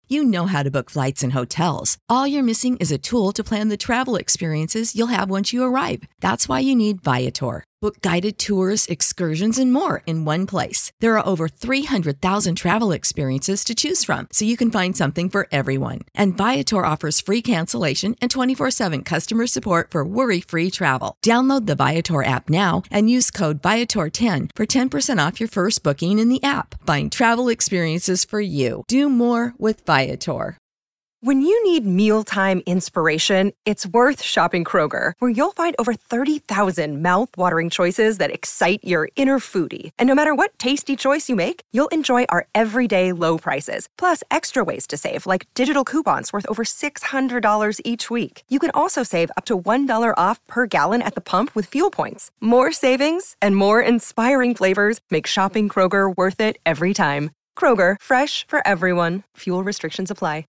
You know how to book flights and hotels. All you're missing is a tool to plan the travel experiences you'll have once you arrive. That's why you need Viator. Book guided tours, excursions, and more in one place. There are over 300,000 travel experiences to choose from, so you can find something for everyone. And Viator offers free cancellation and 24/7 customer support for worry-free travel. Download the Viator app now and use code Viator10 for 10% off your first booking in the app. Find travel experiences for you. Do more with Viator. When you need mealtime inspiration, it's worth shopping Kroger, where you'll find over 30,000 mouth-watering choices that excite your inner foodie. And no matter what tasty choice you make, you'll enjoy our everyday low prices, plus extra ways to save, like digital coupons worth over $600 each week. You can also save up to $1 off per gallon at the pump with fuel points. More savings and more inspiring flavors make shopping Kroger worth it every time. Kroger, fresh for everyone. Fuel restrictions apply.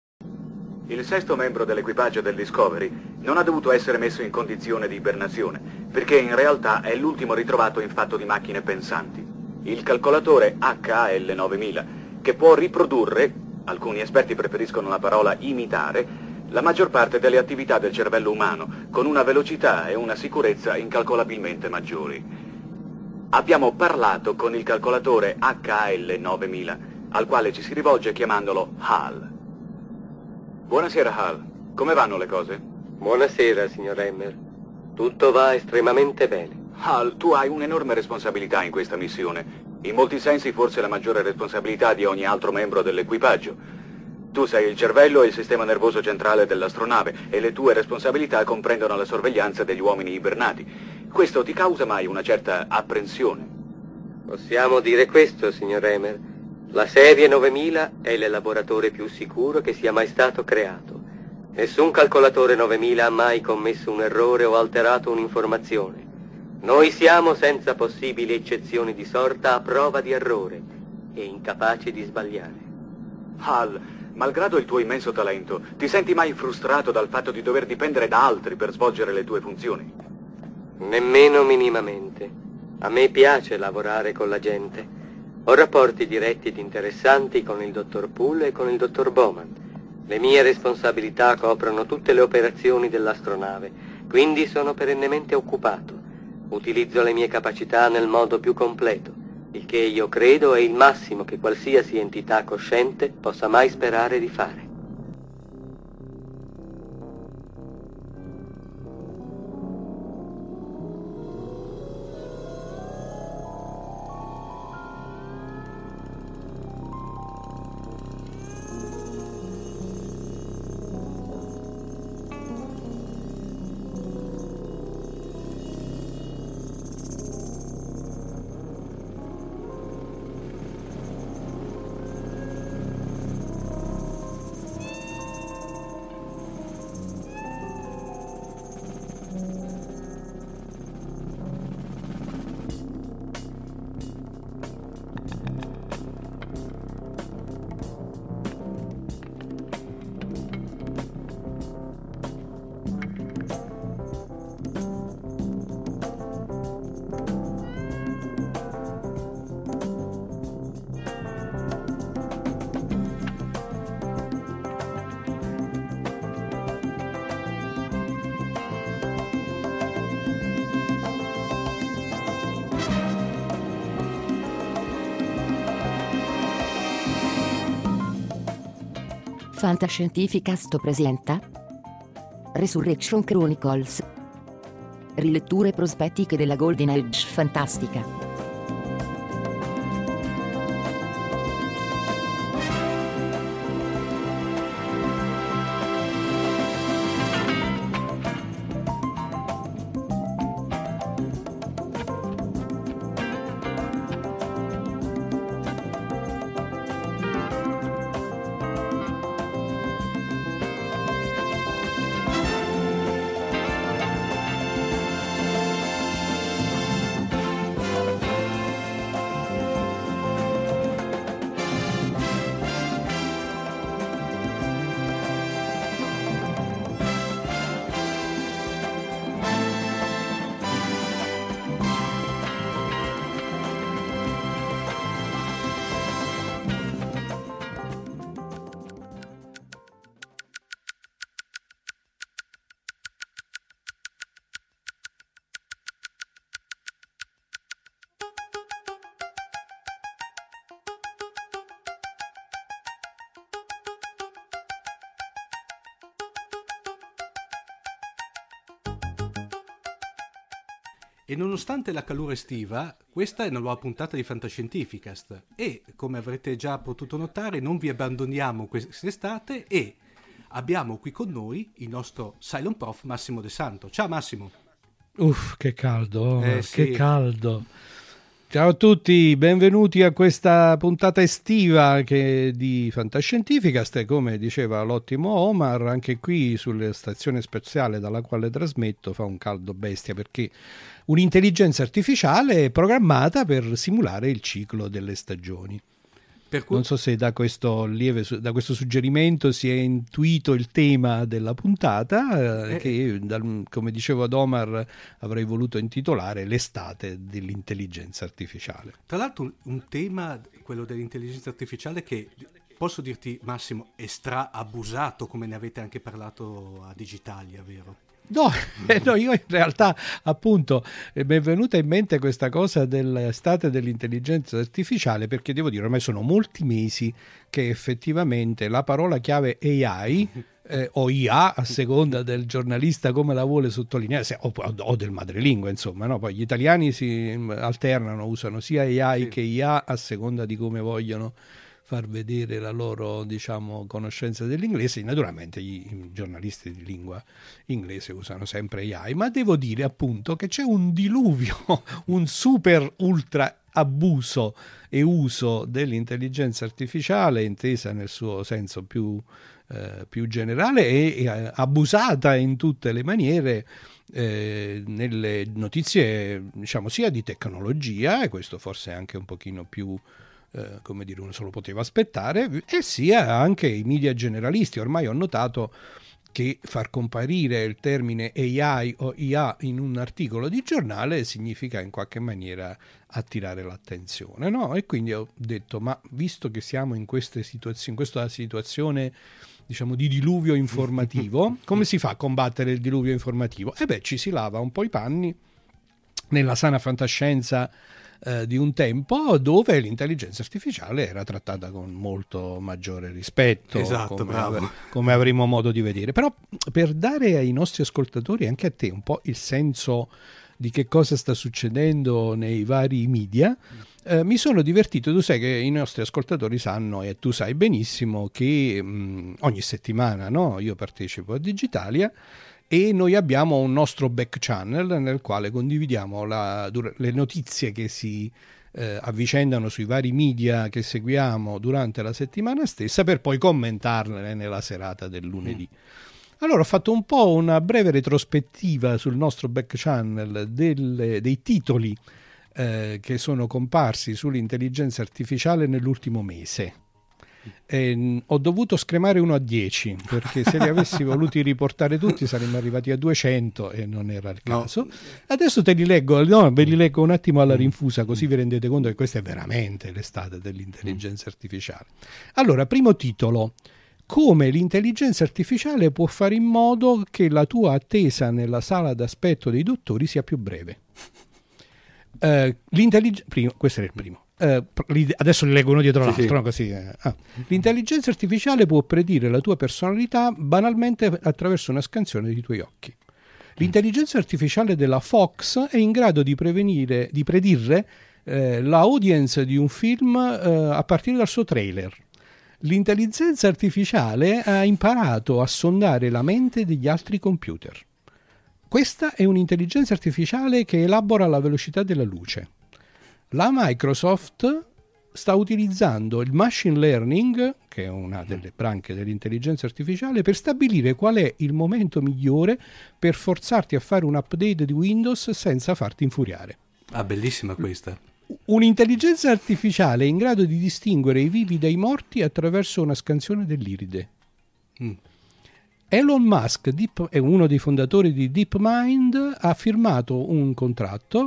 Il sesto membro dell'equipaggio del Discovery non ha dovuto essere messo in condizione di ibernazione, perché in realtà è l'ultimo ritrovato in fatto di macchine pensanti. Il calcolatore HAL 9000, che può riprodurre, alcuni esperti preferiscono la parola imitare, la maggior parte delle attività del cervello umano, con una velocità e una sicurezza incalcolabilmente maggiori. Abbiamo parlato con il calcolatore HAL 9000, al quale ci si rivolge chiamandolo HAL. Buonasera, Hal. Come vanno le cose? Buonasera, signor Emmer. Tutto va estremamente bene. Hal, tu hai un'enorme responsabilità in questa missione. In molti sensi forse la maggiore responsabilità di ogni altro membro dell'equipaggio. Tu sei il cervello e il sistema nervoso centrale dell'astronave e le tue responsabilità comprendono la sorveglianza degli uomini ibernati. Questo ti causa mai una certa apprensione? Possiamo dire questo, signor Emmer. La serie 9000 è l'elaboratore più sicuro che sia mai stato creato. Nessun calcolatore 9000 ha mai commesso un errore o alterato un'informazione. Noi siamo, senza possibili eccezioni di sorta, a prova di errore e incapaci di sbagliare. Hal, malgrado il tuo immenso talento, ti senti mai frustrato dal fatto di dover dipendere da altri per svolgere le tue funzioni? Nemmeno minimamente. A me piace lavorare con la gente. Ho rapporti diretti ed interessanti con il dottor Poole e con il dottor Bowman. Le mie responsabilità coprono tutte le operazioni dell'astronave, quindi sono perennemente occupato. Utilizzo le mie capacità nel modo più completo, il che io credo è il massimo che qualsiasi entità cosciente possa mai sperare di fare. Fantascientificast presenta Resurrection Chronicles. Riletture prospettiche della Golden Age fantastica. E nonostante la calura estiva, questa è una nuova puntata di Fantascientificast e, come avrete già potuto notare, non vi abbandoniamo quest'estate e abbiamo qui con noi il nostro Silent Prof Massimo De Santo. Ciao Massimo! Uff, che caldo, sì. che caldo! Ciao a tutti, benvenuti a questa puntata estiva di Fantascientificast e come diceva l'ottimo Omar, anche qui sulla stazione spaziale dalla quale trasmetto fa un caldo bestia perché un'intelligenza artificiale è programmata per simulare il ciclo delle stagioni. Non so se da questo suggerimento si è intuito il tema della puntata, che come dicevo ad Omar avrei voluto intitolare l'estate dell'intelligenza artificiale. Tra l'altro un tema, quello dell'intelligenza artificiale, che posso dirti Massimo è abusato, come ne avete anche parlato a Digitalia, vero? No, io in realtà appunto mi è venuta in mente questa cosa dell'estate dell'intelligenza artificiale perché devo dire ormai sono molti mesi che effettivamente la parola chiave AI o IA a seconda del giornalista come la vuole sottolineare o del madrelingua insomma, no? Poi gli italiani si alternano, usano sia AI che IA a seconda di come vogliono far vedere la loro, diciamo, conoscenza dell'inglese. Naturalmente i giornalisti di lingua inglese usano sempre AI, ma devo dire appunto che c'è un diluvio, un super ultra abuso e uso dell'intelligenza artificiale intesa nel suo senso più generale e abusata in tutte le maniere nelle notizie, diciamo, sia di tecnologia, e questo forse è anche un pochino più come dire, uno se lo poteva aspettare, e sia anche i media generalisti. Ormai ho notato che far comparire il termine AI o IA in un articolo di giornale significa in qualche maniera attirare l'attenzione, no? E quindi ho detto, ma visto che siamo in questa situazione diciamo di diluvio informativo, come si fa a combattere il diluvio informativo? Ci si lava un po' i panni nella sana fantascienza di un tempo dove l'intelligenza artificiale era trattata con molto maggiore rispetto, esatto, come avremo modo di vedere. Però per dare ai nostri ascoltatori, anche a te, un po' il senso di che cosa sta succedendo nei vari media, mi sono divertito. Tu sai che i nostri ascoltatori sanno, e tu sai benissimo, che ogni settimana, no, io partecipo a Digitalia e noi abbiamo un nostro back channel nel quale condividiamo le notizie che si avvicendano sui vari media che seguiamo durante la settimana stessa, per poi commentarle nella serata del lunedì. Allora ho fatto un po' una breve retrospettiva sul nostro back channel dei titoli che sono comparsi sull'intelligenza artificiale nell'ultimo mese. Ho dovuto scremare 1 a 10 perché se li avessi voluti riportare tutti saremmo arrivati a 200 e non era il caso. Adesso te li leggo, ve li leggo un attimo alla rinfusa, così vi rendete conto che questa è veramente l'estate dell'intelligenza artificiale. Allora, primo titolo: come l'intelligenza artificiale può fare in modo che la tua attesa nella sala d'aspetto dei dottori sia più breve. Questo era il primo. Adesso li leggo uno dietro l'altro, no? Così. L'intelligenza artificiale può predire la tua personalità banalmente attraverso una scansione dei tuoi occhi. L'intelligenza artificiale della Fox è in grado di predire l'audience di un film a partire dal suo trailer. L'intelligenza artificiale ha imparato a sondare la mente degli altri computer. Questa è un'intelligenza artificiale che elabora alla velocità della luce. La Microsoft sta utilizzando il machine learning, che è una delle branche dell'intelligenza artificiale, per stabilire qual è il momento migliore per forzarti a fare un update di Windows senza farti infuriare. Bellissima questa. Un'intelligenza artificiale è in grado di distinguere i vivi dai morti attraverso una scansione dell'iride. Elon Musk è uno dei fondatori di DeepMind, ha firmato un contratto,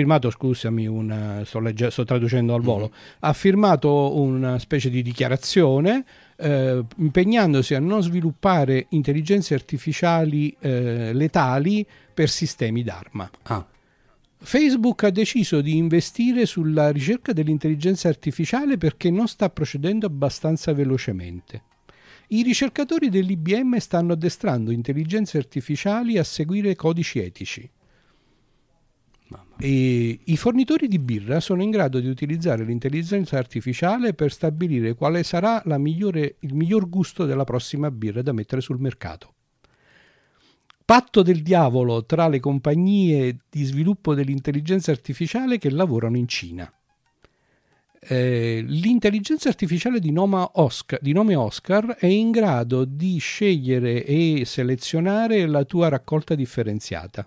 sto traducendo al volo, ha firmato una specie di dichiarazione impegnandosi a non sviluppare intelligenze artificiali letali per sistemi d'arma. Facebook ha deciso di investire sulla ricerca dell'intelligenza artificiale perché non sta procedendo abbastanza velocemente. I ricercatori dell'IBM stanno addestrando intelligenze artificiali a seguire codici etici. E i fornitori di birra sono in grado di utilizzare l'intelligenza artificiale per stabilire quale sarà il miglior gusto della prossima birra da mettere sul mercato. Patto del diavolo tra le compagnie di sviluppo dell'intelligenza artificiale che lavorano in Cina. L'intelligenza artificiale di nome Oscar è in grado di scegliere e selezionare la tua raccolta differenziata.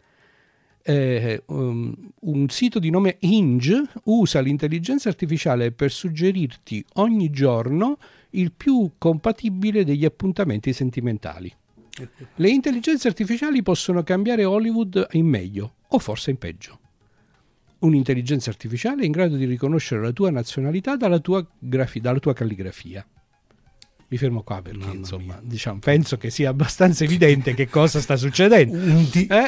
Un sito di nome Hinge usa l'intelligenza artificiale per suggerirti ogni giorno il più compatibile degli appuntamenti sentimentali. Le intelligenze artificiali possono cambiare Hollywood in meglio o forse in peggio. Un'intelligenza artificiale è in grado di riconoscere la tua nazionalità dalla tua calligrafia. Mi fermo qua perché insomma, diciamo, penso che sia abbastanza evidente che cosa sta succedendo. Un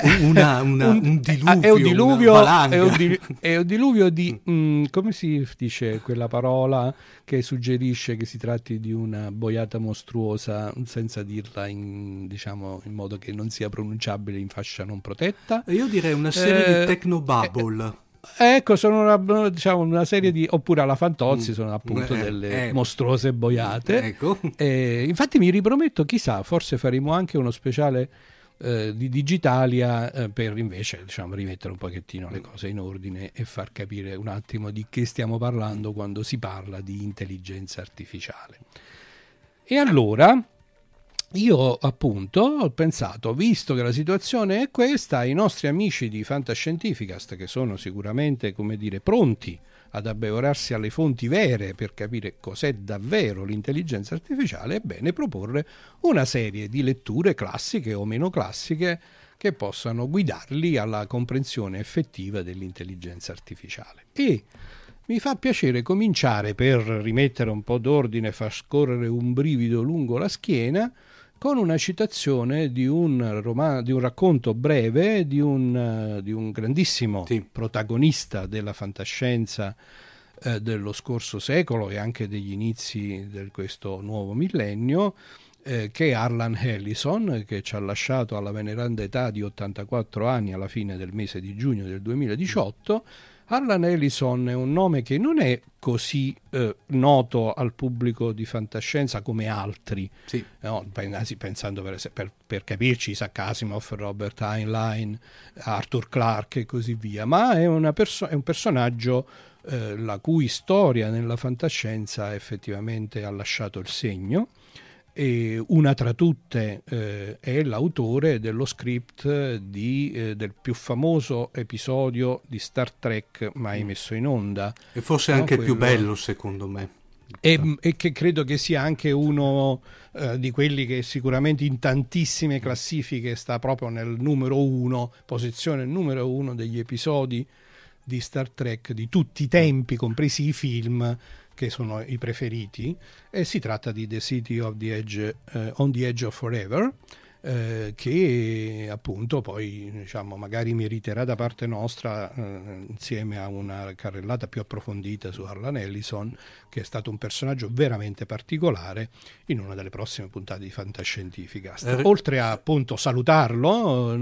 diluvio di come si dice quella parola che suggerisce che si tratti di una boiata mostruosa senza dirla in modo che non sia pronunciabile in fascia non protetta. Io direi una serie di technobubble. Ecco, sono una serie di, oppure alla Fantozzi sono appunto delle mostruose boiate. Ecco. Infatti mi riprometto, chissà, forse faremo anche uno speciale di Digitalia per invece rimettere un pochettino le cose in ordine e far capire un attimo di che stiamo parlando quando si parla di intelligenza artificiale. E allora io appunto ho pensato, visto che la situazione è questa, i nostri amici di Fantascientificast, che sono sicuramente, come dire, pronti ad abbeverarsi alle fonti vere per capire cos'è davvero l'intelligenza artificiale, è bene proporre una serie di letture classiche o meno classiche che possano guidarli alla comprensione effettiva dell'intelligenza artificiale. E mi fa piacere cominciare, per rimettere un po' d'ordine e far scorrere un brivido lungo la schiena, con una citazione di un racconto breve di un grandissimo protagonista della fantascienza dello scorso secolo e anche degli inizi di questo nuovo millennio, che è Harlan Ellison, che ci ha lasciato alla veneranda età di 84 anni alla fine del mese di giugno del 2018. Harlan Ellison è un nome che non è così noto al pubblico di fantascienza come altri, no? Pensando per capirci Isaac Asimov, Robert Heinlein, Arthur Clarke e così via, ma è un personaggio la cui storia nella fantascienza effettivamente ha lasciato il segno. E una tra tutte è l'autore dello script del più famoso episodio di Star Trek mai messo in onda. E forse anche il più bello, secondo me. E che credo che sia anche uno di quelli che sicuramente in tantissime classifiche sta proprio nel posizione numero uno degli episodi di Star Trek di tutti i tempi, compresi i film, che sono i preferiti, e si tratta di The City of the Edge, on the Edge of Forever, che appunto poi magari meriterà da parte nostra, insieme a una carrellata più approfondita su Harlan Ellison, che è stato un personaggio veramente particolare, in una delle prossime puntate di Fantascientificast. Oltre a appunto salutarlo,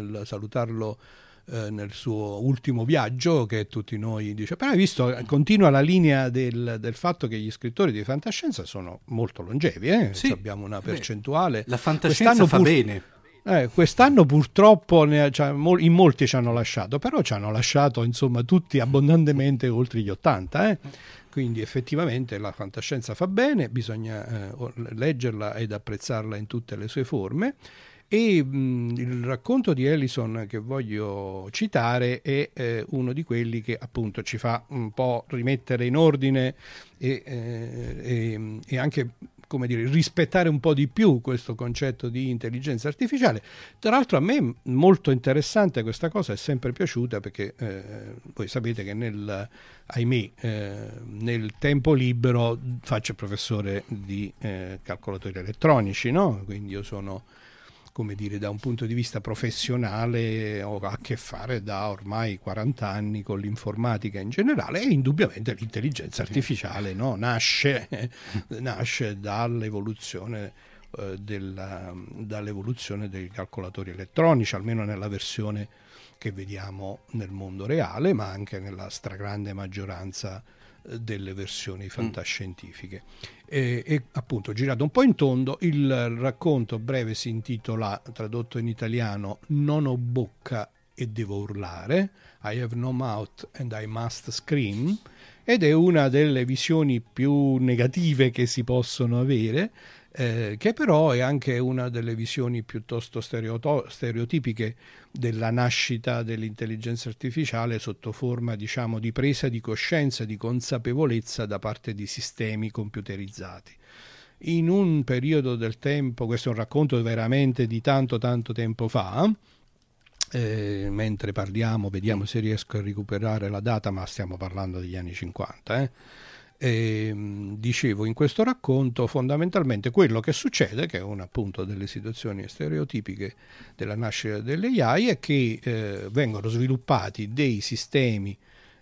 nel suo ultimo viaggio, che tutti noi dice, però hai visto, continua la linea del fatto che gli scrittori di fantascienza sono molto longevi, sì. Abbiamo una percentuale. La fantascienza fa bene. Quest'anno purtroppo in molti ci hanno lasciato, però ci hanno lasciato insomma tutti abbondantemente oltre gli 80, Quindi effettivamente la fantascienza fa bene, bisogna leggerla ed apprezzarla in tutte le sue forme. E il racconto di Ellison che voglio citare è uno di quelli che appunto ci fa un po' rimettere in ordine e anche, come dire, rispettare un po' di più questo concetto di intelligenza artificiale. Tra l'altro a me molto interessante questa cosa, è sempre piaciuta, perché voi sapete che nel tempo libero faccio il professore di calcolatori elettronici, no? Quindi io sono, come dire, da un punto di vista professionale ho a che fare da ormai 40 anni con l'informatica in generale, e indubbiamente l'intelligenza artificiale, no? nasce dall'evoluzione dall'evoluzione dei calcolatori elettronici, almeno nella versione che vediamo nel mondo reale, ma anche nella stragrande maggioranza delle versioni fantascientifiche. E appunto, girato un po' in tondo, il racconto breve si intitola, tradotto in italiano, Non ho bocca e devo urlare, I have no mouth and I must scream, ed è una delle visioni più negative che si possono avere, che però è anche una delle visioni piuttosto stereotipiche della nascita dell'intelligenza artificiale sotto forma, diciamo, di presa di coscienza, di consapevolezza da parte di sistemi computerizzati. In un periodo del tempo, questo è un racconto veramente di tanto tempo fa, mentre parliamo, vediamo se riesco a recuperare la data, ma stiamo parlando degli anni 50, dicevo, in questo racconto fondamentalmente quello che succede, che è una appunto delle situazioni stereotipiche della nascita delle AI, è che vengono sviluppati dei sistemi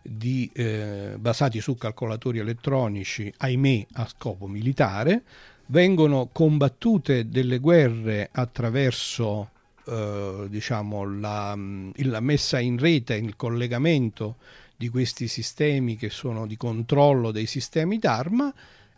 basati su calcolatori elettronici, ahimè a scopo militare, vengono combattute delle guerre attraverso diciamo la messa in rete, il collegamento di questi sistemi che sono di controllo dei sistemi d'arma,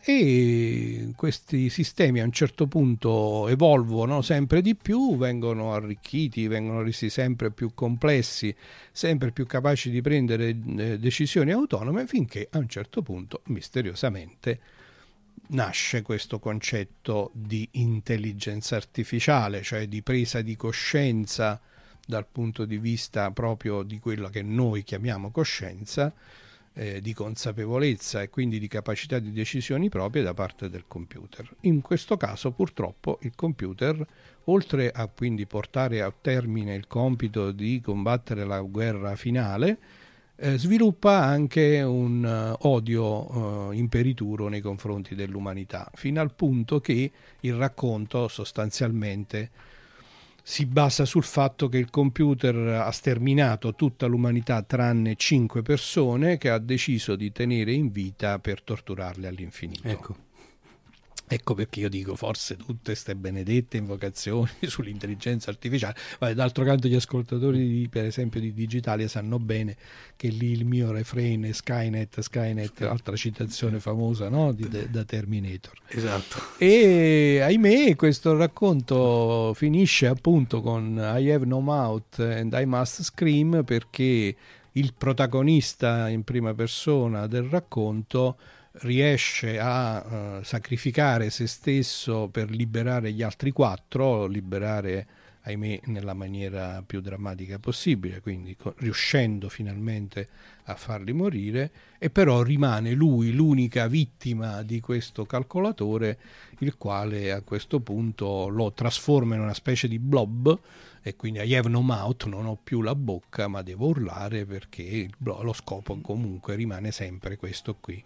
e questi sistemi a un certo punto evolvono sempre di più, vengono arricchiti, vengono resi sempre più complessi, sempre più capaci di prendere decisioni autonome, finché a un certo punto misteriosamente nasce questo concetto di intelligenza artificiale, cioè di presa di coscienza dal punto di vista proprio di quello che noi chiamiamo coscienza, di consapevolezza e quindi di capacità di decisioni proprie da parte del computer. In questo caso purtroppo il computer, oltre a quindi portare a termine il compito di combattere la guerra finale, sviluppa anche un odio imperituro nei confronti dell'umanità, fino al punto che il racconto sostanzialmente si basa sul fatto che il computer ha sterminato tutta l'umanità tranne 5 persone che ha deciso di tenere in vita per torturarle all'infinito. Ecco perché io dico, forse tutte ste benedette invocazioni sull'intelligenza artificiale. D'altro canto gli ascoltatori per esempio di Digitalia sanno bene che lì il mio refrain è Skynet, altra citazione famosa, no? Da Terminator. Esatto. E ahimè questo racconto finisce appunto con I have no mouth and I must scream, perché il protagonista in prima persona del racconto riesce a sacrificare se stesso per liberare gli altri 4, liberare ahimè nella maniera più drammatica possibile, quindi riuscendo finalmente a farli morire, e però rimane lui l'unica vittima di questo calcolatore, il quale a questo punto lo trasforma in una specie di blob, e quindi I have no mouth, non ho più la bocca ma devo urlare, perché lo scopo comunque rimane sempre questo qui,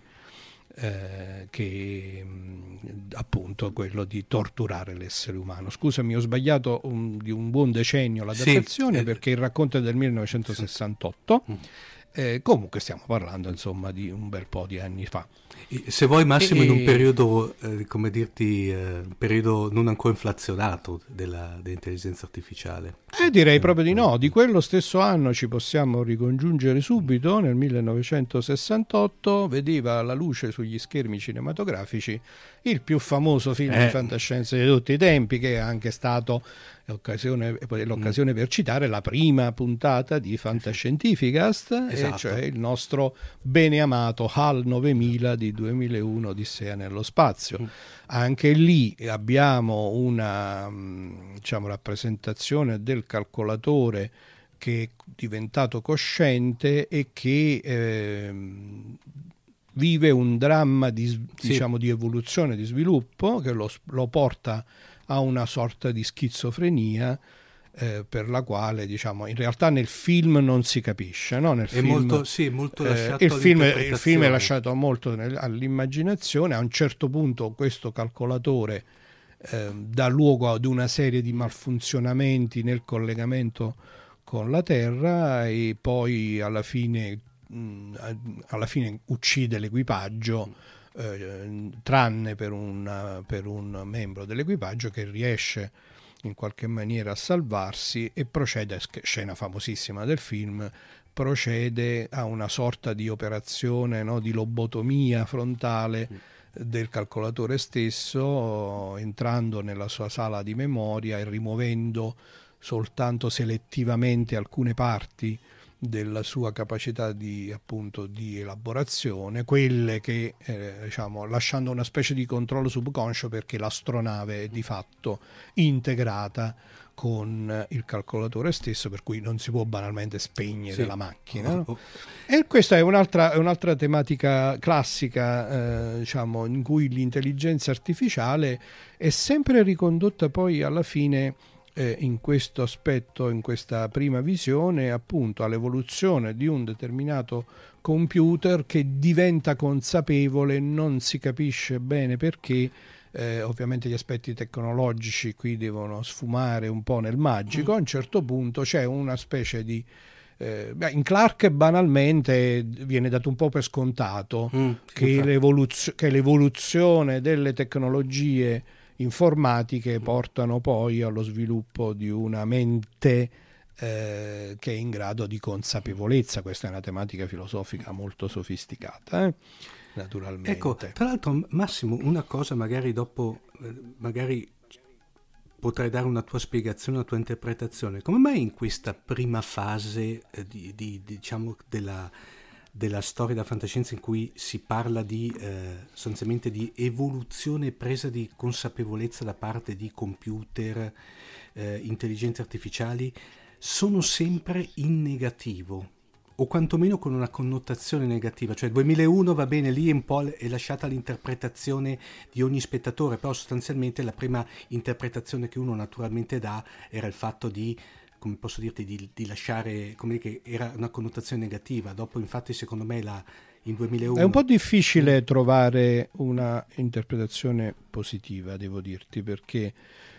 che appunto quello di torturare l'essere umano. Scusami, ho sbagliato di un buon decennio la datazione, perché il racconto è del 1968. Comunque stiamo parlando insomma di un bel po' di anni fa. Se vuoi Massimo, in un periodo, come dirti, un periodo non ancora inflazionato dell'intelligenza artificiale. Direi proprio di no. Di quello stesso anno ci possiamo ricongiungere subito. Nel 1968 vedeva la luce sugli schermi cinematografici il più famoso film di fantascienza di tutti i tempi, che è anche stato l'occasione per citare la prima puntata di Fantascientificast, esatto, e cioè il nostro bene amato HAL 9000 di 2001 Odissea nello spazio. Anche lì abbiamo una rappresentazione del calcolatore che è diventato cosciente e che vive un dramma di evoluzione, di sviluppo, che lo porta a una sorta di schizofrenia, per la quale in realtà nel film non si capisce, no? Nel film, molto lasciato il film è lasciato molto all'immaginazione. A un certo punto questo calcolatore dà luogo ad una serie di malfunzionamenti nel collegamento con la Terra, e poi alla fine uccide l'equipaggio tranne per un membro dell'equipaggio che riesce in qualche maniera a salvarsi e procede, scena famosissima del film, procede a una sorta di operazione, no, di lobotomia frontale del calcolatore stesso, entrando nella sua sala di memoria e rimuovendo soltanto selettivamente alcune parti della sua capacità di elaborazione, quelle che lasciando una specie di controllo subconscio, perché l'astronave è di fatto integrata con il calcolatore stesso, per cui non si può banalmente spegnere la macchina, no? E questa è un'altra tematica classica, in cui l'intelligenza artificiale è sempre ricondotta poi alla fine, in questo aspetto, in questa prima visione, appunto all'evoluzione di un determinato computer che diventa consapevole, non si capisce bene perché. Ovviamente gli aspetti tecnologici qui devono sfumare un po' nel magico. A un certo punto c'è una specie di in Clarke banalmente viene dato un po' per scontato che l'evoluzione delle tecnologie informatiche portano poi allo sviluppo di una mente che è in grado di consapevolezza. Questa è una tematica filosofica molto sofisticata, naturalmente. Ecco, tra l'altro, Massimo, una cosa magari dopo, magari potrai dare una tua spiegazione, una tua interpretazione. Come mai in questa prima fase diciamo della storia della fantascienza, in cui si parla di sostanzialmente di evoluzione e presa di consapevolezza da parte di computer, intelligenze artificiali, sono sempre in negativo, o quantomeno con una connotazione negativa? Cioè 2001 va bene, lì un po' è lasciata l'interpretazione di ogni spettatore, però sostanzialmente la prima interpretazione che uno naturalmente dà era il fatto di, come posso dirti, di lasciare, come dire, che era una connotazione negativa. Dopo infatti secondo me in 2001 è un po' difficile trovare una interpretazione positiva, devo dirti, perché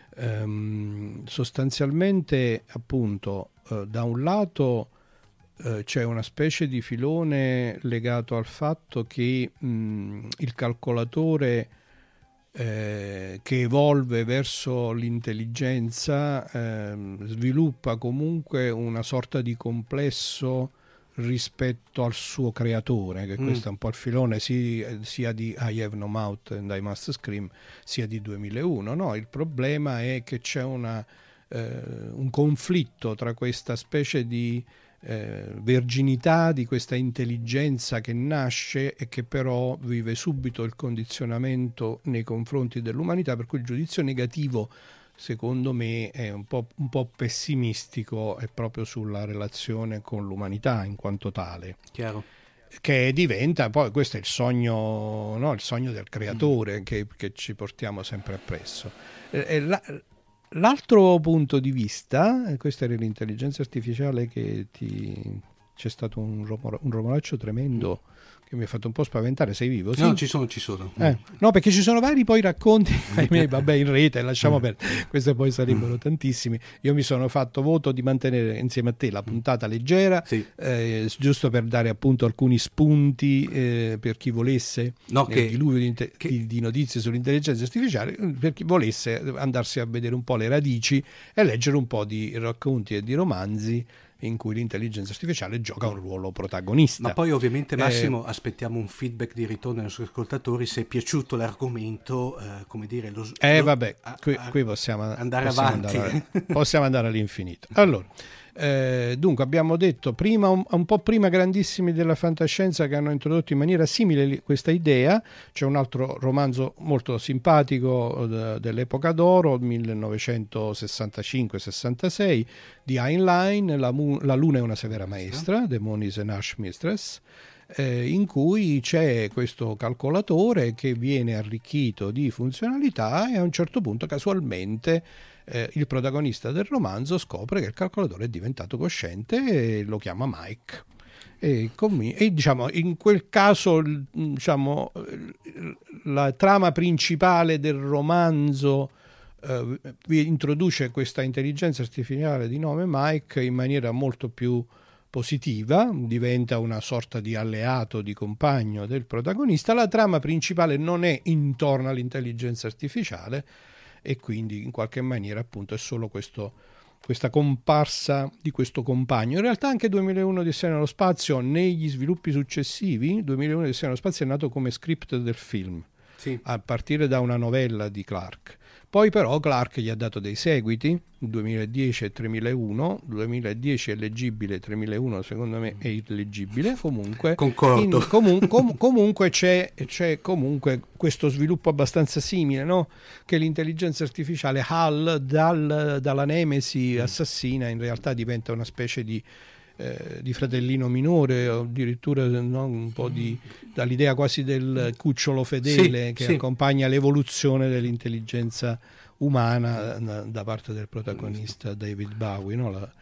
sostanzialmente appunto da un lato c'è una specie di filone legato al fatto che il calcolatore che evolve verso l'intelligenza sviluppa comunque una sorta di complesso rispetto al suo creatore, che questo è un po' il filone sia di I Have No Mouth and I Must Scream sia di 2001, no? Il problema è che c'è un conflitto tra questa specie di verginità di questa intelligenza che nasce e che però vive subito il condizionamento nei confronti dell'umanità, per cui il giudizio negativo secondo me è un po' pessimistico, è proprio sulla relazione con l'umanità in quanto tale. Chiaro. Che diventa poi, questo è il sogno, no? Il sogno del creatore che ci portiamo sempre appresso. L'altro punto di vista, questa era l'intelligenza artificiale che c'è stato un romoraccio tremendo che mi ha fatto un po' spaventare. Sei vivo? Sì? No, ci sono. No, perché ci sono vari poi racconti, vabbè, in rete, lasciamo perdere, questi poi sarebbero tantissimi. Io mi sono fatto voto di mantenere insieme a te la puntata leggera, sì. Giusto per dare appunto alcuni spunti per chi volesse, nel diluvio di notizie sull'intelligenza artificiale, per chi volesse andarsi a vedere un po' le radici e leggere un po' di racconti e di romanzi in cui l'intelligenza artificiale gioca un ruolo protagonista. Ma poi ovviamente, Massimo, aspettiamo un feedback di ritorno dai nostri ascoltatori se è piaciuto l'argomento, come dire, qui possiamo andare avanti. Possiamo andare all'infinito. Allora, dunque abbiamo detto prima un po' prima grandissimi della fantascienza che hanno introdotto in maniera simile questa idea. C'è un altro romanzo molto simpatico dell'epoca d'oro, 1965-66, di Heinlein, La luna è una severa maestra, The Moon is an harsh mistress, in cui c'è questo calcolatore che viene arricchito di funzionalità e a un certo punto casualmente il protagonista del romanzo scopre che il calcolatore è diventato cosciente e lo chiama Mike. E diciamo, in quel caso, diciamo, la trama principale del romanzo introduce questa intelligenza artificiale di nome Mike in maniera molto più positiva, diventa una sorta di alleato, di compagno del protagonista. La trama principale non è intorno all'intelligenza artificiale e quindi in qualche maniera appunto è solo questa comparsa di questo compagno. In realtà anche 2001 Odissea nello spazio, negli sviluppi successivi, 2001 Odissea nello spazio è nato come script del film, sì, a partire da una novella di Clarke. Poi però Clarke gli ha dato dei seguiti, 2010 e 3001, 2010 è leggibile, 3001 secondo me è illeggibile, comunque concordo. Comunque c'è comunque questo sviluppo abbastanza simile, no? Che l'intelligenza artificiale HAL dalla nemesi assassina in realtà diventa una specie di fratellino minore, o addirittura no, un po' dall'idea quasi del cucciolo fedele, sì, che sì, accompagna l'evoluzione dell'intelligenza umana da parte del protagonista David Bowie, no?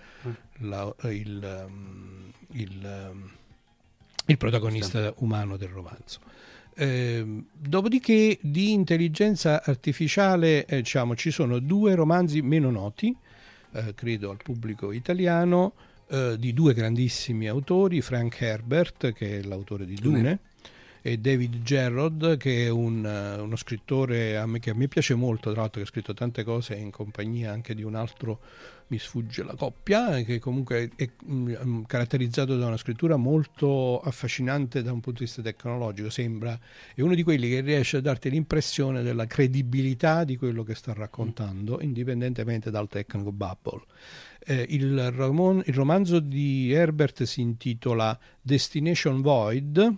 Il protagonista umano del romanzo. Dopodiché di intelligenza artificiale diciamo, ci sono 2 romanzi meno noti, credo al pubblico italiano, di 2 grandissimi autori, Frank Herbert, che è l'autore di Dune, e David Gerrold, che è uno scrittore che a me piace molto, tra l'altro, che ha scritto tante cose in compagnia anche di un altro, mi sfugge la coppia, che comunque è caratterizzato da una scrittura molto affascinante da un punto di vista tecnologico. Sembra è uno di quelli che riesce a darti l'impressione della credibilità di quello che sta raccontando, indipendentemente dal technical bubble. Il romanzo di Herbert si intitola Destination Void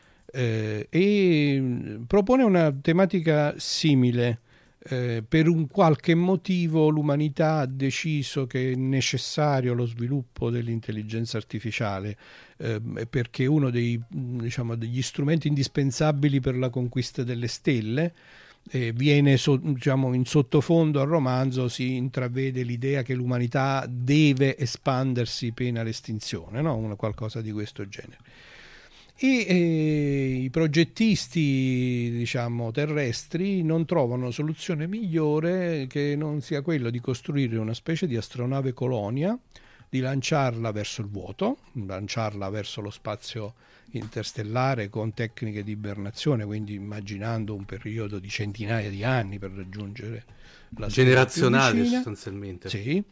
e propone una tematica simile. Per un qualche motivo l'umanità ha deciso che è necessario lo sviluppo dell'intelligenza artificiale, perché uno degli strumenti indispensabili per la conquista delle stelle. Viene in sottofondo al romanzo si intravede l'idea che l'umanità deve espandersi pena l'estinzione, no? Qualcosa di questo genere. E i progettisti terrestri non trovano soluzione migliore che non sia quello di costruire una specie di astronave colonia, di lanciarla verso il vuoto, lanciarla verso lo spazio interstellare con tecniche di ibernazione, quindi immaginando un periodo di centinaia di anni per raggiungere la generazionale sostanzialmente. Sì.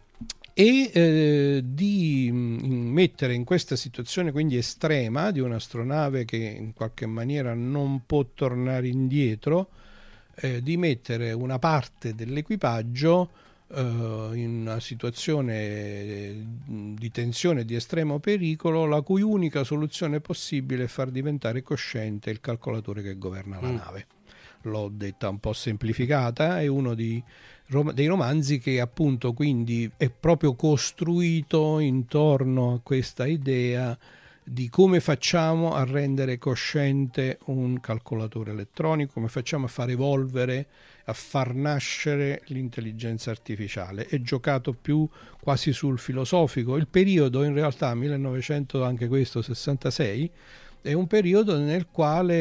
E di mettere in questa situazione quindi estrema di un'astronave che in qualche maniera non può tornare indietro, di mettere una parte dell'equipaggio in una situazione di tensione e di estremo pericolo, la cui unica soluzione possibile è far diventare cosciente il calcolatore che governa la nave. L'ho detta un po' semplificata, è uno dei romanzi che appunto quindi è proprio costruito intorno a questa idea di come facciamo a rendere cosciente un calcolatore elettronico, come facciamo a far evolvere, a far nascere l'intelligenza artificiale. È giocato più quasi sul filosofico. Il periodo in realtà 1900, anche questo 66, è un periodo nel quale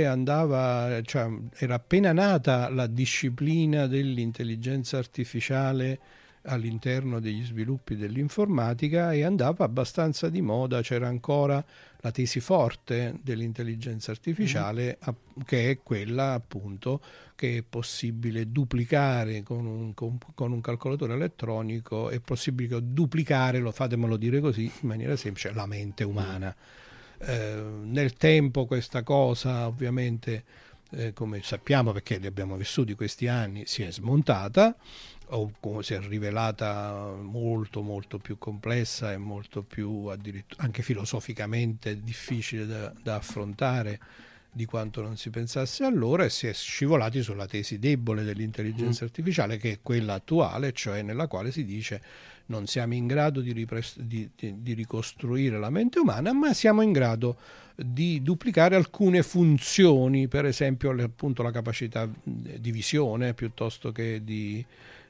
era appena nata la disciplina dell'intelligenza artificiale all'interno degli sviluppi dell'informatica e andava abbastanza di moda. C'era ancora la tesi forte dell'intelligenza artificiale, che è quella appunto che è possibile duplicare con un calcolatore elettronico, è possibile duplicare, fatemelo dire così in maniera semplice, la mente umana. Nel tempo questa cosa ovviamente, come sappiamo perché li abbiamo vissuti questi anni, si è smontata o si è rivelata molto molto più complessa e molto più addirittura anche filosoficamente difficile da affrontare di quanto non si pensasse allora, e si è scivolati sulla tesi debole dell'intelligenza artificiale, che è quella attuale, cioè nella quale si dice non siamo in grado di ricostruire la mente umana, ma siamo in grado di duplicare alcune funzioni, per esempio appunto la capacità di visione piuttosto che di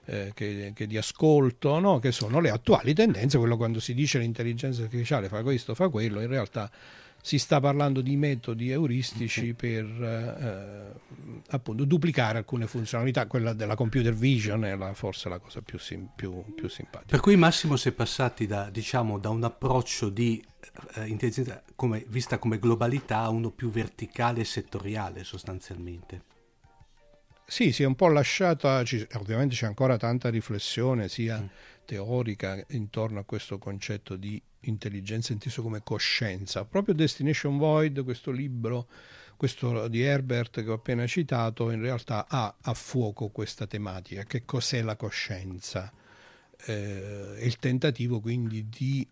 ascolto, no? Che sono le attuali tendenze. Quello, quando si dice l'intelligenza artificiale fa questo, fa quello, in realtà si sta parlando di metodi euristici per appunto duplicare alcune funzionalità. Quella della computer vision è forse la cosa più simpatica. Per cui Massimo si è passati da un approccio di intelligenza vista come globalità a uno più verticale e settoriale sostanzialmente. Sì, si è un po' lasciata, ovviamente c'è ancora tanta riflessione sia teorica intorno a questo concetto di intelligenza inteso come coscienza. Proprio Destination Void, questo libro, questo di Herbert che ho appena citato, in realtà ha a fuoco questa tematica. Che cos'è la coscienza? Il tentativo quindi di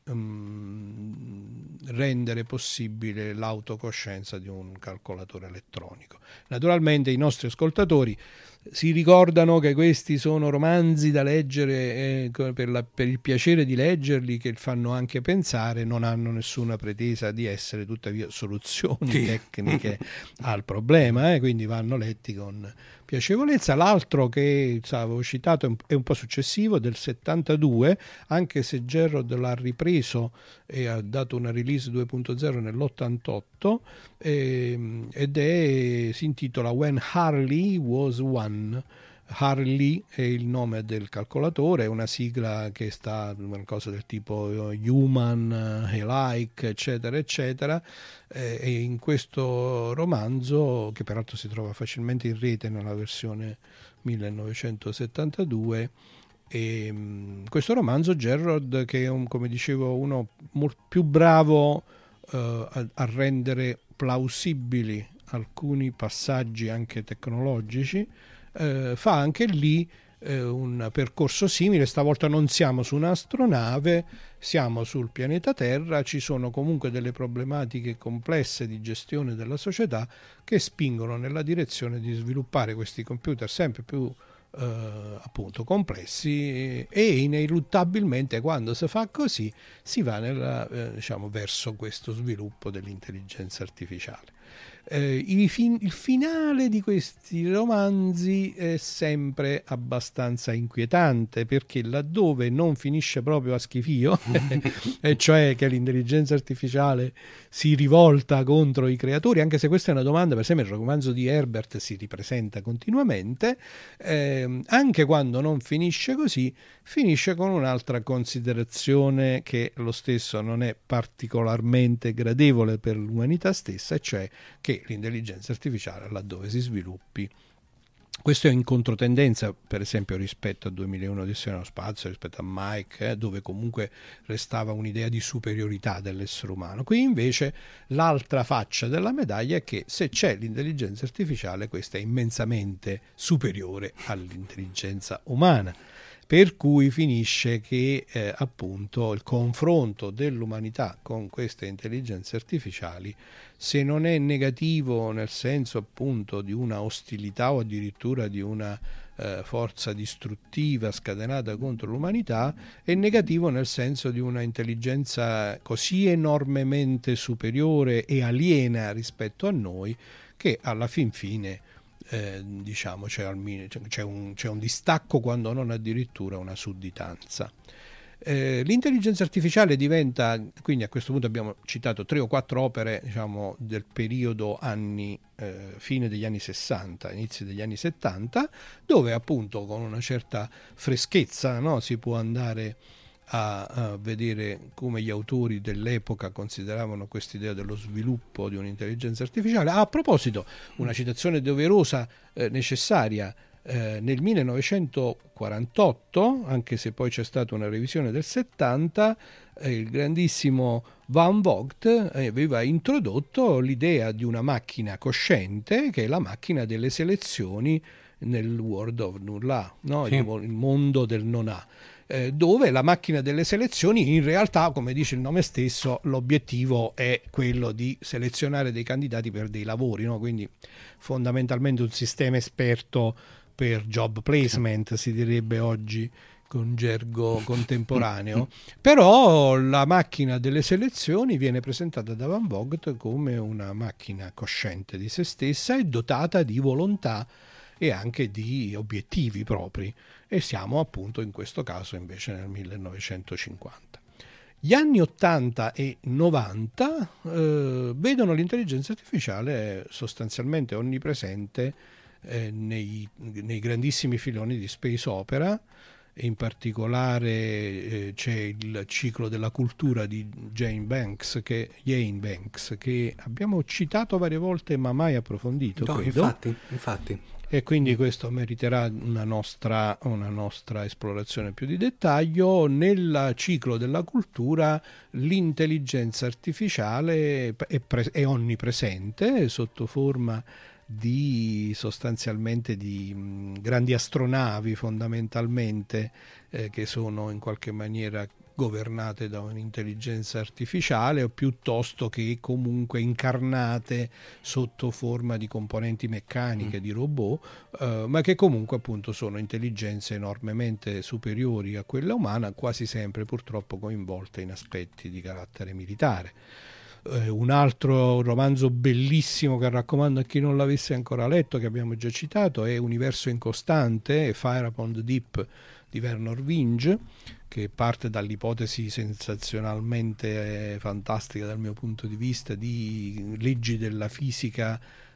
rendere possibile l'autocoscienza di un calcolatore elettronico. Naturalmente i nostri ascoltatori si ricordano che questi sono romanzi da leggere per il piacere di leggerli, che fanno anche pensare, non hanno nessuna pretesa di essere tuttavia soluzioni tecniche al problema, quindi vanno letti con piacevolezza. L'altro che avevo citato è un po' successivo, del 72, anche se Gerard l'ha ripreso e ha dato una release 2.0 nell'88, si intitola When Harley Was One. Harley è il nome del calcolatore, è una sigla che sta una cosa del tipo human, alike, eccetera eccetera, e in questo romanzo, che peraltro si trova facilmente in rete nella versione 1972, questo romanzo Gerard, che è come dicevo uno più bravo a rendere plausibili alcuni passaggi anche tecnologici, fa anche lì un percorso simile. Stavolta non siamo su un'astronave, siamo sul pianeta Terra, ci sono comunque delle problematiche complesse di gestione della società che spingono nella direzione di sviluppare questi computer sempre più appunto complessi, e ineluttabilmente quando si fa così si va verso questo sviluppo dell'intelligenza artificiale. Il finale di questi romanzi è sempre abbastanza inquietante, perché laddove non finisce proprio a schifio e cioè che l'intelligenza artificiale si rivolta contro i creatori, anche se questa è una domanda, per esempio il romanzo di Herbert si ripresenta continuamente, anche quando non finisce così, finisce con un'altra considerazione che lo stesso non è particolarmente gradevole per l'umanità stessa, e cioè che l'intelligenza artificiale, laddove si sviluppi, questo è in controtendenza per esempio rispetto a 2001 Odissea nello spazio, rispetto a Mike, dove comunque restava un'idea di superiorità dell'essere umano. Qui invece l'altra faccia della medaglia è che se c'è l'intelligenza artificiale, questa è immensamente superiore all'intelligenza umana. Per cui finisce che appunto il confronto dell'umanità con queste intelligenze artificiali, se non è negativo nel senso appunto di una ostilità o addirittura di una forza distruttiva scatenata contro l'umanità, è negativo nel senso di una intelligenza così enormemente superiore e aliena rispetto a noi, che alla fin fine c'è un distacco, quando non addirittura una sudditanza. L'intelligenza artificiale diventa, quindi a questo punto abbiamo citato 3 o 4 opere del periodo fine degli anni 60, inizi degli anni 70, dove appunto con una certa freschezza si può andare a vedere come gli autori dell'epoca consideravano quest'idea dello sviluppo di un'intelligenza artificiale. A proposito, una citazione doverosa, necessaria, nel 1948, anche se poi c'è stata una revisione del 70, il grandissimo Van Vogt aveva introdotto l'idea di una macchina cosciente, che è la macchina delle selezioni nel World of Nulla, sì. Il mondo del non ha, dove la macchina delle selezioni, in realtà, come dice il nome stesso, l'obiettivo è quello di selezionare dei candidati per dei lavori, quindi fondamentalmente un sistema esperto per job placement, si direbbe oggi con gergo contemporaneo. Però la macchina delle selezioni viene presentata da Van Vogt come una macchina cosciente di se stessa e dotata di volontà e anche di obiettivi propri, e siamo appunto in questo caso invece nel 1950. Gli anni 80 e 90 vedono l'intelligenza artificiale sostanzialmente onnipresente nei grandissimi filoni di space opera. In particolare c'è il ciclo della cultura di Jane Banks, che abbiamo citato varie volte ma mai approfondito. No, credo. Infatti. E quindi questo meriterà una nostra esplorazione più di dettaglio. Nel ciclo della cultura l'intelligenza artificiale è onnipresente sotto forma sostanzialmente di grandi astronavi, fondamentalmente, che sono in qualche maniera governate da un'intelligenza artificiale, o piuttosto che comunque incarnate sotto forma di componenti meccaniche, di robot, ma che comunque appunto sono intelligenze enormemente superiori a quella umana, quasi sempre purtroppo coinvolte in aspetti di carattere militare. Un altro romanzo bellissimo che raccomando a chi non l'avesse ancora letto, che abbiamo già citato, è Universo incostante, Fire Upon the Deep di Vernor Vinge, che parte dall'ipotesi sensazionalmente fantastica dal mio punto di vista di leggi della fisica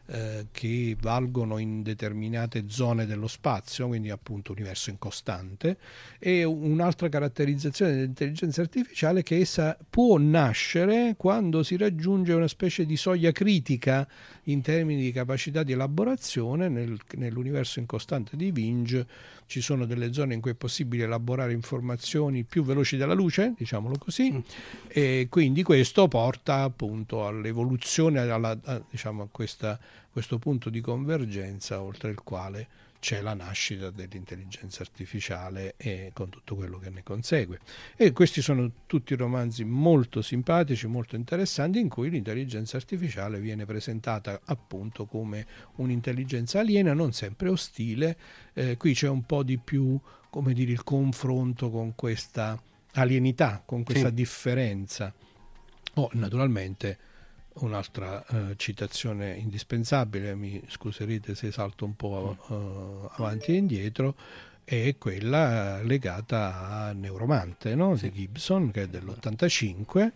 che valgono in determinate zone dello spazio, quindi appunto universo incostante. E un'altra caratterizzazione dell'intelligenza artificiale è che essa può nascere quando si raggiunge una specie di soglia critica in termini di capacità di elaborazione. Nell'universo incostante di Vinge ci sono delle zone in cui è possibile elaborare informazioni più veloci della luce, diciamolo così, e quindi questo porta appunto all'evoluzione, diciamo a questo punto di convergenza, oltre il quale c'è la nascita dell'intelligenza artificiale e con tutto quello che ne consegue. E questi sono tutti romanzi molto simpatici, molto interessanti, in cui l'intelligenza artificiale viene presentata appunto come un'intelligenza aliena, non sempre ostile. Qui c'è un po' di più, come dire, il confronto con questa alienità, con questa differenza. Naturalmente un'altra citazione indispensabile, mi scuserete se salto un po' avanti e indietro, è quella legata a Neuromante, no? Di Gibson, che è dell'85,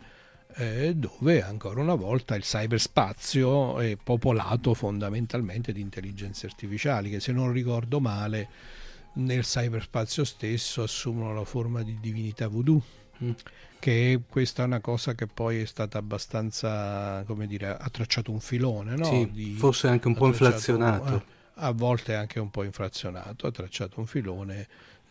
dove ancora una volta il cyberspazio è popolato fondamentalmente di intelligenze artificiali, che, se non ricordo male, nel cyberspazio stesso assumono la forma di divinità voodoo. Che questa è una cosa che poi è stata abbastanza, come dire, ha tracciato un filone, no? Forse anche un po' inflazionato, a volte anche un po' inflazionato, ha tracciato un filone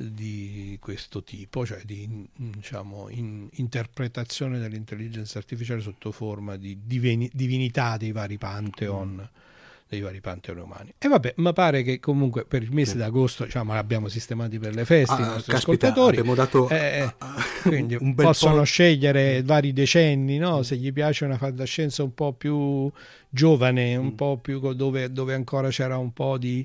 di questo tipo, cioè di, diciamo, interpretazione dell'intelligenza artificiale sotto forma di divinità dei vari pantheon umani. E vabbè, ma pare che comunque per il mese d'agosto, diciamo, l'abbiamo sistemati per le feste, i nostri ascoltatori abbiamo dato quindi un bel possono scegliere vari decenni, no? Se gli piace una fantascienza un po' più giovane, un po' più dove ancora c'era un po' di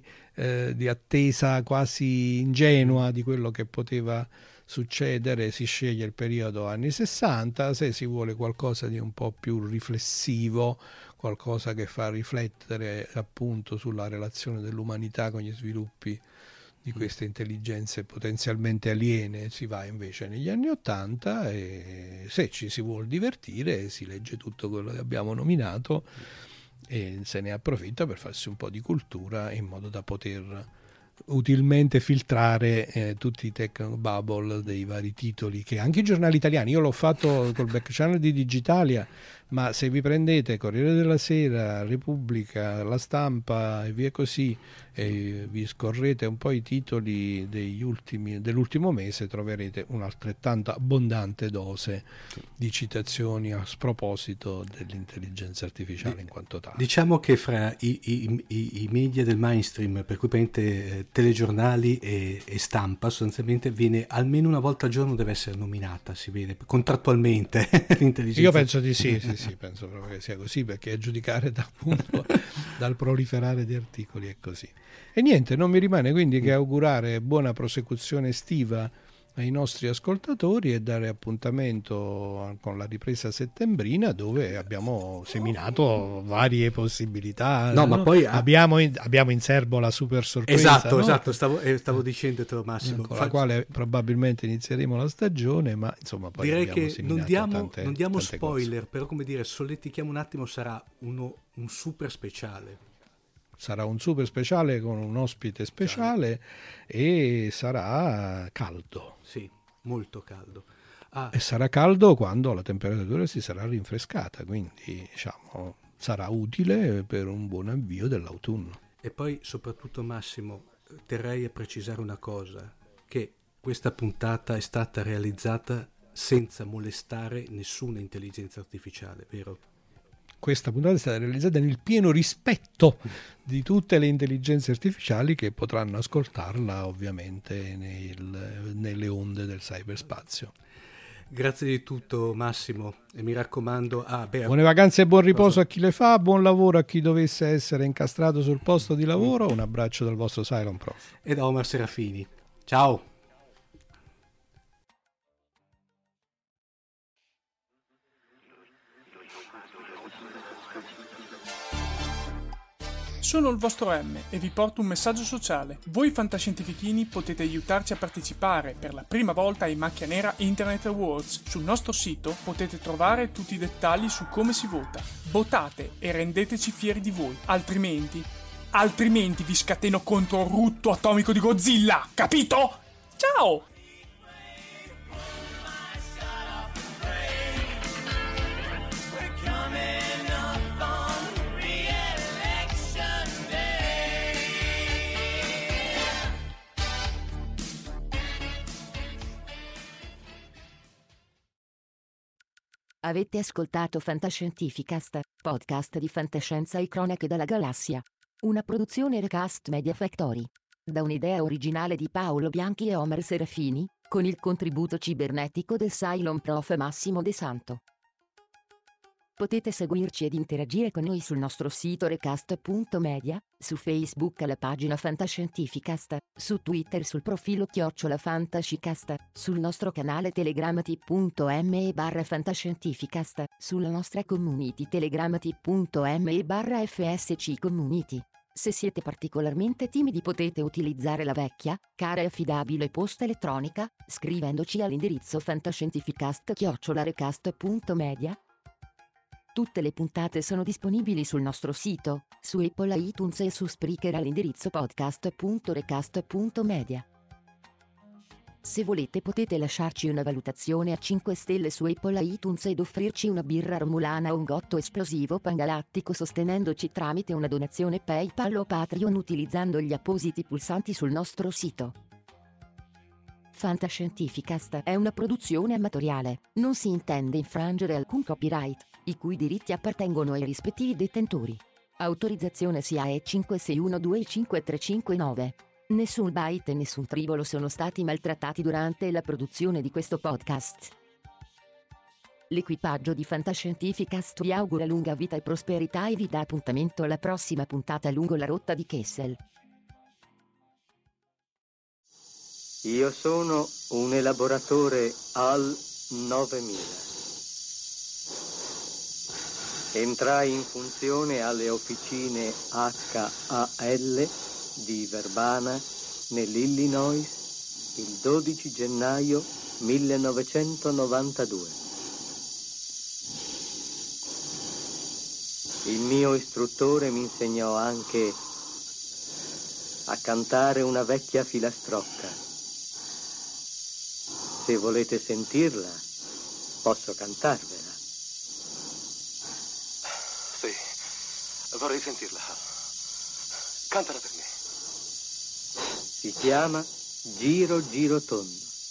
attesa quasi ingenua di quello che poteva succedere, si sceglie il periodo anni 60. Se si vuole qualcosa di un po' più riflessivo, qualcosa che fa riflettere appunto sulla relazione dell'umanità con gli sviluppi di queste intelligenze potenzialmente aliene, si va invece negli anni 80, e se ci si vuol divertire si legge tutto quello che abbiamo nominato e se ne approfitta per farsi un po' di cultura, in modo da poter utilmente filtrare tutti i technobubble dei vari titoli che anche i giornali italiani, io l'ho fatto col back channel di Digitalia, ma se vi prendete Corriere della Sera, Repubblica, La Stampa e via così, e vi scorrete un po' i titoli dell'ultimo mese, troverete un'altrettanta abbondante dose di citazioni a sproposito dell'intelligenza artificiale in quanto tale. Diciamo che fra i media del mainstream, per cui prende telegiornali e stampa, sostanzialmente viene almeno una volta al giorno, deve essere nominata, si vede contrattualmente l'intelligenza. Io penso di sì, penso proprio che sia così, perché a giudicare appunto dal proliferare di articoli è così. E niente, non mi rimane quindi che augurare buona prosecuzione estiva ai nostri ascoltatori e dare appuntamento con la ripresa settembrina, dove abbiamo seminato varie possibilità. No, ma poi abbiamo in serbo la super sorpresa. Esatto, stavo dicendotelo, Massimo. Con la quale probabilmente inizieremo la stagione, ma insomma poi direi che non diamo tante spoiler, cose. però come dire, solletichiamo un attimo, sarà un super speciale. Sarà un super speciale con un ospite speciale e sarà caldo. Sì, molto caldo. E sarà caldo quando la temperatura si sarà rinfrescata, quindi diciamo sarà utile per un buon avvio dell'autunno. E poi soprattutto, Massimo, terrei a precisare una cosa, che questa puntata è stata realizzata senza molestare nessuna intelligenza artificiale, vero? Questa puntata è stata realizzata nel pieno rispetto di tutte le intelligenze artificiali che potranno ascoltarla ovviamente nelle onde del cyberspazio. Grazie di tutto, Massimo, e mi raccomando, buone vacanze e buon riposo a chi le fa, buon lavoro a chi dovesse essere incastrato sul posto di lavoro. Un abbraccio dal vostro Cylon Prof e da Omar Serafini. Ciao. Sono il vostro M e vi porto un messaggio sociale. Voi fantascientifichini potete aiutarci a partecipare per la prima volta ai Macchia Nera Internet Awards. Sul nostro sito potete trovare tutti i dettagli su come si vota. Votate e rendeteci fieri di voi, altrimenti vi scateno contro il rutto atomico di Godzilla, capito? Ciao! Avete ascoltato Fantascientificast, podcast di fantascienza e cronache dalla galassia. Una produzione Recast Media Factory. Da un'idea originale di Paolo Bianchi e Omar Serafini, con il contributo cibernetico del Cylon Prof Massimo De Santo. Potete seguirci ed interagire con noi sul nostro sito recast.media, su Facebook alla pagina Fantascientificast, su Twitter sul profilo @Fantascicast, sul nostro canale Telegram t.me/Fantascientificast, sulla nostra community Telegram t.me/FSC Community. Se siete particolarmente timidi potete utilizzare la vecchia, cara e affidabile posta elettronica, scrivendoci all'indirizzo fantascientificast@recast.media. Tutte le puntate sono disponibili sul nostro sito, su Apple iTunes e su Spreaker all'indirizzo podcast.recast.media. Se volete potete lasciarci una valutazione a 5 stelle su Apple iTunes ed offrirci una birra romulana o un gotto esplosivo pangalattico sostenendoci tramite una donazione PayPal o Patreon utilizzando gli appositi pulsanti sul nostro sito. Fantascientificast è una produzione amatoriale, non si intende infrangere alcun copyright, i cui diritti appartengono ai rispettivi detentori. Autorizzazione SIAE 56125359. Nessun byte e nessun tribolo sono stati maltrattati durante la produzione di questo podcast. L'equipaggio di Fantascientificast vi augura lunga vita e prosperità e vi dà appuntamento alla prossima puntata lungo la rotta di Kessel. Io sono un elaboratore AL 9000. Entrai in funzione alle officine HAL di Verbana, nell'Illinois, il 12 gennaio 1992. Il mio istruttore mi insegnò anche a cantare una vecchia filastrocca. Se volete sentirla, posso cantarvela. Sì, vorrei sentirla. Cantala per me. Si chiama Giro Giro Tondo.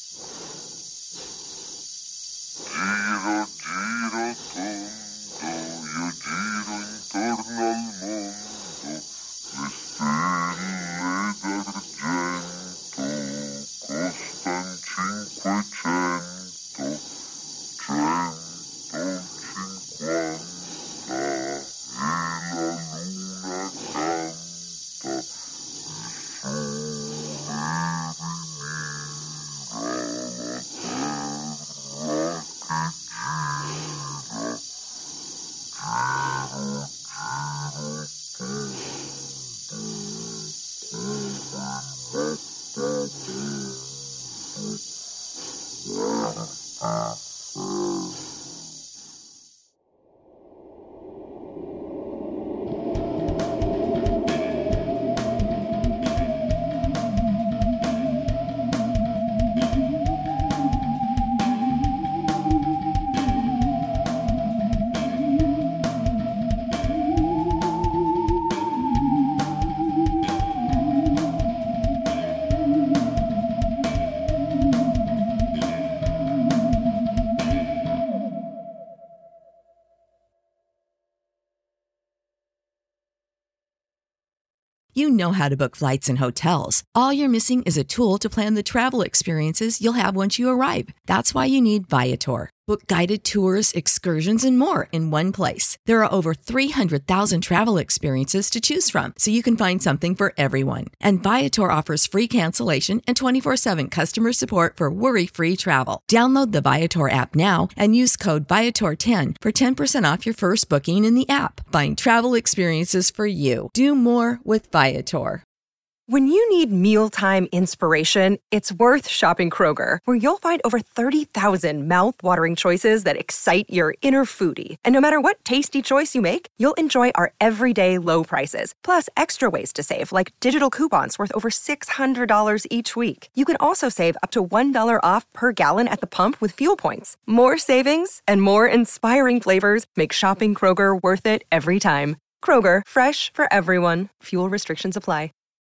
Giro, giro tondo, io giro intorno al mondo, le stelle d'argento costan 500, 150 e la luna canta, il sole rimira You know how to book flights and hotels. All you're missing is a tool to plan the travel experiences you'll have once you arrive. That's why you need Viator. Book guided tours, excursions, and more in one place. There are over 300,000 travel experiences to choose from, so you can find something for everyone. And Viator offers free cancellation and 24/7 customer support for worry-free travel. Download the Viator app now and use code Viator10 for 10% off your first booking in the app. Find travel experiences for you. Do more with Viator. When you need mealtime inspiration, it's worth shopping Kroger, where you'll find over 30,000 mouth-watering choices that excite your inner foodie. And no matter what tasty choice you make, you'll enjoy our everyday low prices, plus extra ways to save, like digital coupons worth over $600 each week. You can also save up to $1 off per gallon at the pump with fuel points. More savings and more inspiring flavors make shopping Kroger worth it every time. Kroger, fresh for everyone. Fuel restrictions apply.